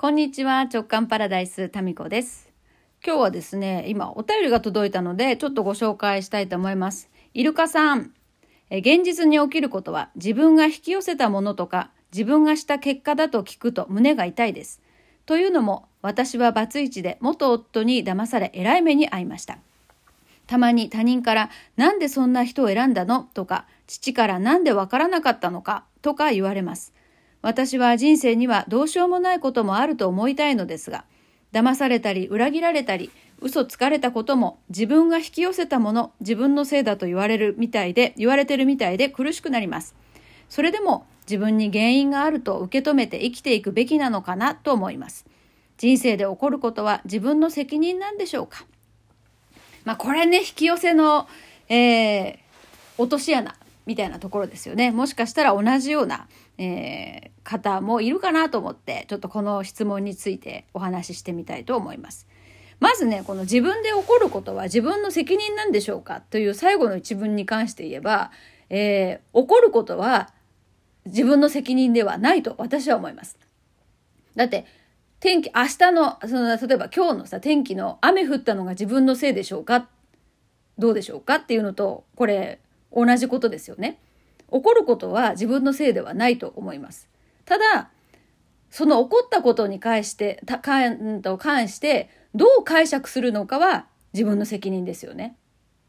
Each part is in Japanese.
こんにちは、直感パラダイスタミコです。今日はですね、今お便りが届いたのでちょっとご紹介したいと思います。イルカさん、現実に起きることは自分が引き寄せたものとか自分がした結果だと聞くと胸が痛いです。というのも、私はバツイチで元夫に騙されえらい目に遭いました。たまに他人からなんでそんな人を選んだのとか、父からなんでわからなかったのかとか言われます。私は人生にはどうしようもないこともあると思いたいのですが、騙されたり裏切られたり嘘つかれたことも自分が引き寄せたもの、自分のせいだと言われてるみたいで苦しくなります。それでも自分に原因があると受け止めて生きていくべきなのかなと思います。人生で起こることは自分の責任なんでしょうか。これね、引き寄せの、落とし穴みたいなところですよね。もしかしたら同じような、方もいるかなと思って、ちょっとこの質問についてお話ししてみたいと思います。まずね、この自分で起こることは自分の責任なんでしょうかという最後の一文に関して言えば、起こることは自分の責任ではないと私は思います。だって天気、明日の例えば今日の天気の雨降ったのが自分のせいでしょうか、どうでしょうかっていうのと、これ同じことですよね。起こることは自分のせいではないと思います。ただ、その起こったことに関してどう解釈するのかは自分の責任ですよね。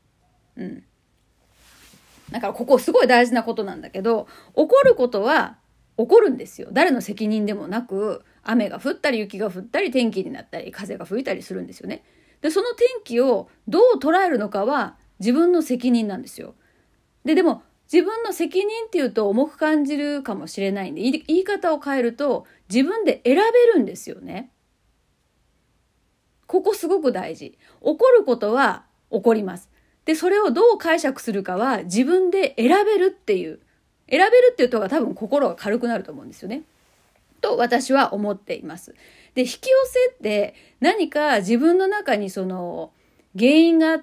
だからここすごい大事なことなんだけど、起こることは起こるんですよ。誰の責任でもなく、雨が降ったり雪が降ったり天気になったり風が吹いたりするんですよね。で、その天気をどう捉えるのかは自分の責任なんですよ。でも自分の責任っていうと重く感じるかもしれないんで、言い方を変えると自分で選べるんですよね。ここすごく大事。起こることは起こります。で、それをどう解釈するかは自分で選べるっていうと多分心が軽くなると思うんですよね。と私は思っています。で、引き寄せって何か自分の中にその原因があって、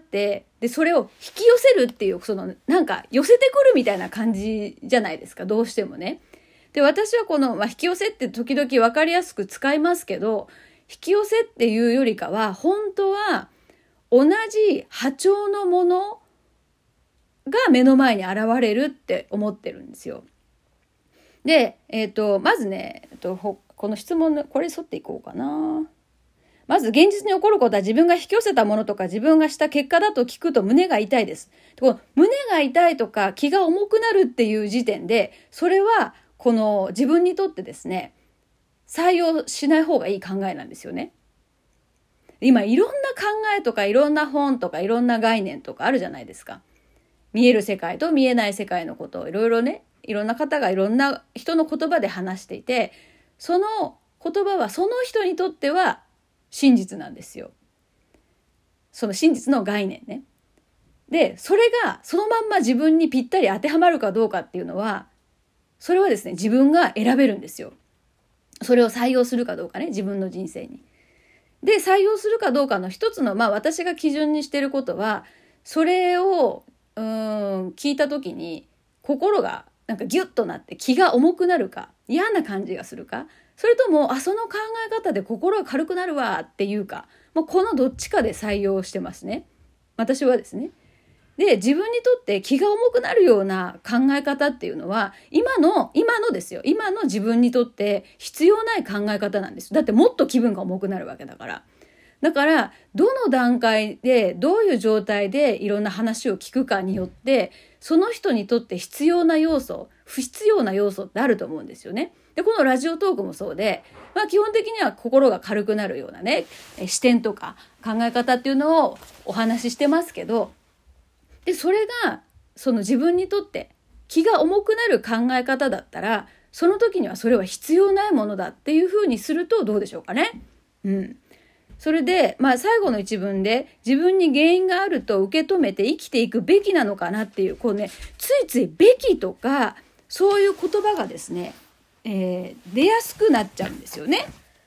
で、それを引き寄せるっていう、なんか寄せてくるみたいな感じじゃないですか、どうしてもね。で、私はこの、引き寄せって時々分かりやすく使いますけど、引き寄せっていうよりかは、本当は同じ波長のものが目の前に現れるって思ってるんですよ。で、まずね、この質問の、これ沿っていこうかな。まず現実に起こることは自分が引き寄せたものとか自分がした結果だと聞くと胸が痛いです。この胸が痛いとか気が重くなるっていう時点で、それはこの自分にとってですね、採用しない方がいい考えなんですよね。今いろんな考えとかいろんな本とかいろんな概念とかあるじゃないですか。見える世界と見えない世界のことをいろいろね、いろんな方がいろんな人の言葉で話していて、その言葉はその人にとっては真実なんですよ。その真実の概念ね。で、それがそのまんま自分にぴったり当てはまるかどうかっていうのは、それはですね、自分が選べるんですよ。それを採用するかどうかね、自分の人生に。で、採用するかどうかの一つの、私が基準にしていることは、それを聞いた時に心がなんかギュッとなって気が重くなるか、嫌な感じがするか、それともその考え方で心が軽くなるわっていうか、このどっちかで採用してますね、私はですね。で、自分にとって気が重くなるような考え方っていうのは今のですよ、今の自分にとって必要ない考え方なんです。だってもっと気分が重くなるわけだから。だからどの段階でどういう状態でいろんな話を聞くかによって、その人にとって必要な要素、不必要な要素ってあると思うんですよね。で、このラジオトークもそうで、基本的には心が軽くなるようなね、視点とか考え方っていうのをお話ししてますけど、で、それがその自分にとって気が重くなる考え方だったら、その時にはそれは必要ないものだっていうふうにするとどうでしょうかね。それで、最後の一文で自分に原因があると受け止めて生きていくべきなのかなっていう、ついついべきとかそういう言葉がですね、出やすくなっちゃうんですよね。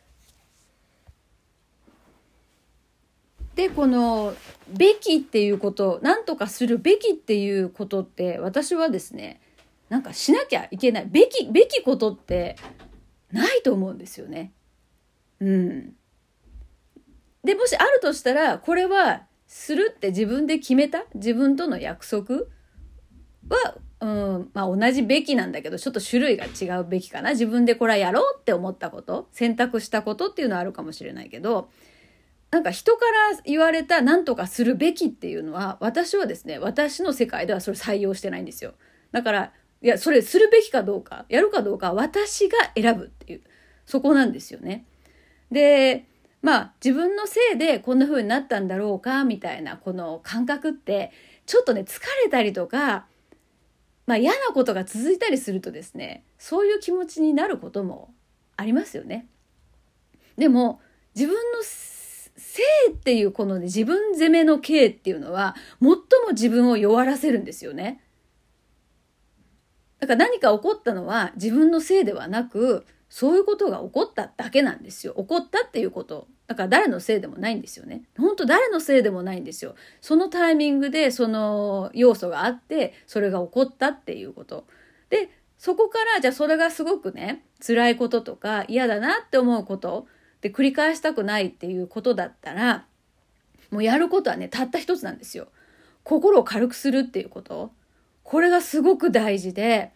で、このべきっていうこと、なんとかするべきっていうことって、私はですね、なんかしなきゃいけないべきことってないと思うんですよね。 うん。で、もしあるとしたら、これはするって自分で決めた自分との約束は、同じべきなんだけど、ちょっと種類が違うべきかな。自分でこれはやろうって思ったこと、選択したことっていうのはあるかもしれないけど、なんか人から言われた何とかするべきっていうのは、私はですね、私の世界ではそれ採用してないんですよ。だから、いや、それするべきかどうか、やるかどうか、私が選ぶっていう、そこなんですよね。で、自分のせいでこんな風になったんだろうか、みたいなこの感覚って、ちょっとね、疲れたりとか、嫌なことが続いたりするとですね、そういう気持ちになることもありますよね。でも、自分のせいっていうこのね、自分責めの刑っていうのは、最も自分を弱らせるんですよね。だから何か起こったのは自分のせいではなく、そういうことが起こっただけなんですよ。起こったっていうこと。だから誰のせいでもないんですよね。本当誰のせいでもないんですよ。そのタイミングでその要素があって、それが起こったっていうこと。で、そこからじゃあそれがすごくね、辛いこととか嫌だなって思うことで繰り返したくないっていうことだったら、もうやることはね、たった一つなんですよ。心を軽くするっていうこと。これがすごく大事で、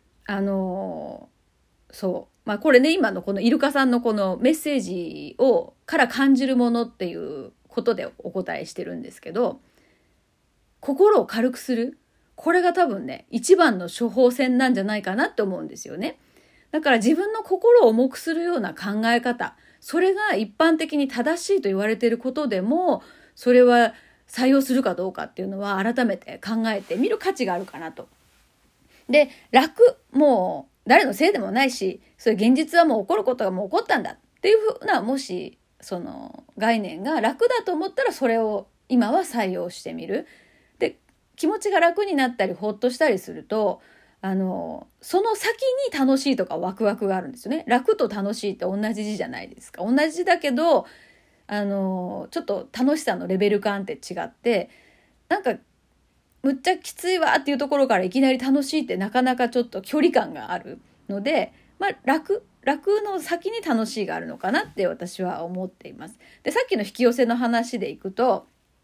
これね、今のこのイルカさんのこのメッセージから感じるものっていうことでお答えしてるんですけど、心を軽くする。これが多分ね、一番の処方箋なんじゃないかなって思うんですよね。だから自分の心を重くするような考え方、それが一般的に正しいと言われていることでも、それは採用するかどうかっていうのは改めて考えてみる価値があるかなと。で、もう誰のせいでもないし、そういう現実はもう起こることがもう起こったんだっていうふうな、もしその概念が楽だと思ったら、それを今は採用してみる。で、気持ちが楽になったりほっとしたりすると、その先に楽しいとかワクワクがあるんですよね。楽と楽しいって同じ字じゃないですか。同じ字だけど、ちょっと楽しさのレベル感って違って、なんかむっちゃきついわっていうところからいきなり楽しいってなかなかちょっと距離感があるので、楽の先に楽しいがあるのかなって私は思っています。で、さっきの引き寄せの話でいくと、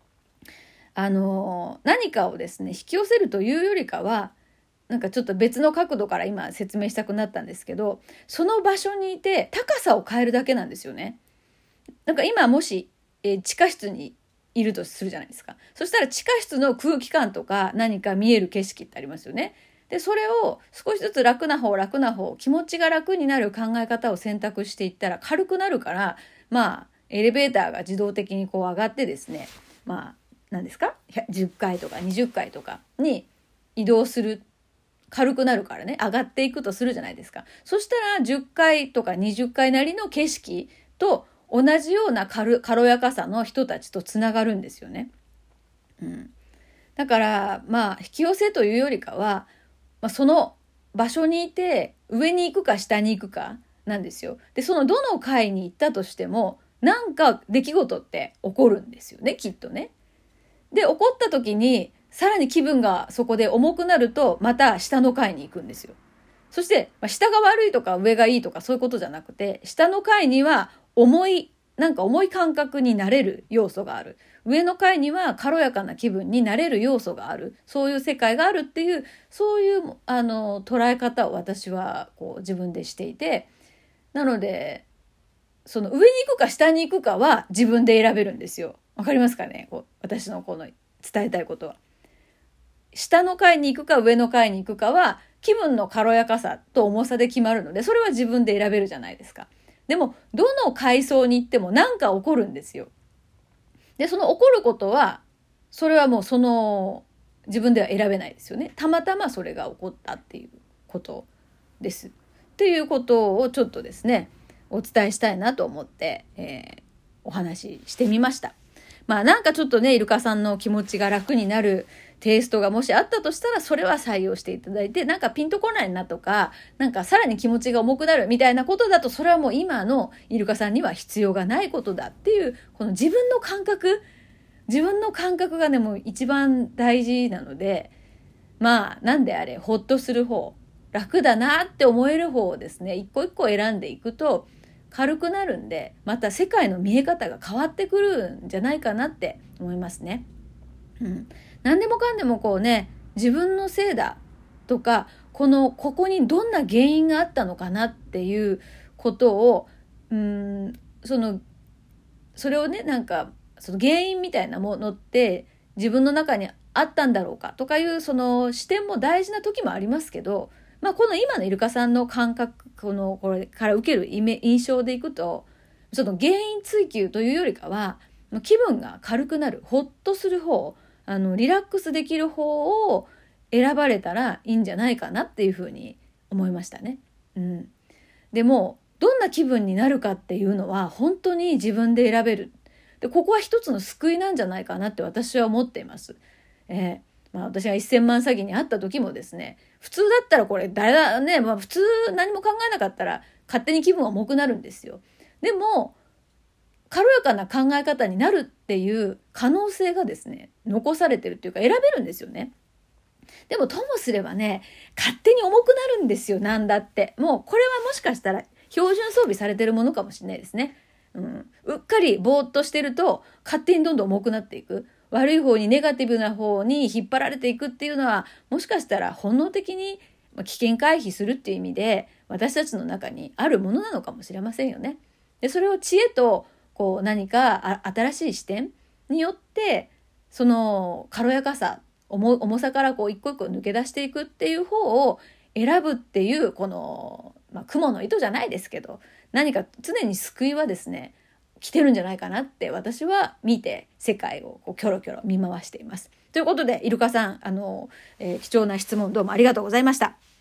何かをですね、引き寄せるというよりかは、なんかちょっと別の角度から今説明したくなったんですけど、その場所にいて高さを変えるだけなんですよね。なんか今もし、地下室にいるとするじゃないですか。そしたら地下室の空気感とか何か見える景色ってありますよね。で、それを少しずつ楽な方、気持ちが楽になる考え方を選択していったら軽くなるから、エレベーターが自動的にこう上がってですね、何ですか ?10 階とか20階とかに移動する。軽くなるからね、上がっていくとするじゃないですか。そしたら10階とか20階なりの景色と同じような軽やかさの人たちとつながるんですよね。だから引き寄せというよりかは、その場所にいて上に行くか下に行くかなんですよ。で、そのどの階に行ったとしてもなんか出来事って起こるんですよね、きっとね。で、起こった時にさらに気分がそこで重くなると、また下の階に行くんですよ。そして、下が悪いとか上がいいとかそういうことじゃなくて、下の階には重い感覚になれる要素がある。上の階には軽やかな気分になれる要素がある。そういう世界があるっていう、そういう捉え方を私はこう自分でしていて、なので、その上に行くか下に行くかは自分で選べるんですよ。わかりますかね？私のこの伝えたいことは。下の階に行くか上の階に行くかは気分の軽やかさと重さで決まるので、それは自分で選べるじゃないですか。でもどの階層に行っても何か起こるんですよ。で、その起こることは、それはもう自分では選べないですよね。たまたまそれが起こったっていうことです。っていうことをちょっとですね、お伝えしたいなと思って、お話ししてみました。なんかちょっとね、イルカさんの気持ちが楽になるテイストがもしあったとしたら、それは採用していただいて、なんかピンとこないなとか、なんかさらに気持ちが重くなるみたいなことだと、それはもう今のイルカさんには必要がないことだっていう、この自分の感覚がね、もう一番大事なので、なんであれ、ほっとする方、楽だなって思える方をですね、一個一個選んでいくと、 軽くなるんで、また世界の見え方が変わってくるんじゃないかなって思いますね。何でもかんでもこうね、自分のせいだとか、ここにどんな原因があったのかなっていうことを、それをね、なんかその原因みたいなものって自分の中にあったんだろうかとかいうその視点も大事な時もありますけど、この今のイルカさんの感覚、これから受ける印象でいくと、その原因追求というよりかは気分が軽くなる、ほっとする方、リラックスできる方を選ばれたらいいんじゃないかなっていうふうに思いましたね。でもどんな気分になるかっていうのは本当に自分で選べる。でここは一つの救いなんじゃないかなって私は思っています。私が1000万詐欺にあった時もですね、普通だったらこれ誰だね、普通何も考えなかったら勝手に気分は重くなるんですよ。でも軽やかな考え方になるっていう可能性がですね、残されてるっていうか選べるんですよね。でもともすればね、勝手に重くなるんですよ。なんだって。もうこれはもしかしたら標準装備されてるものかもしれないですね。うっかりぼーっとしてると勝手にどんどん重くなっていく。悪い方に、ネガティブな方に引っ張られていくっていうのは、もしかしたら本能的に危険回避するっていう意味で私たちの中にあるものなのかもしれませんよね。でそれを知恵と何か新しい視点によってその軽やかさ、重さから一個一個抜け出していくっていう方を選ぶっていう蜘蛛の糸じゃないですけど、何か常に救いはですね来てるんじゃないかなって私は見て世界をキョロキョロ見回しています。ということでイルカさん、貴重な質問どうもありがとうございました。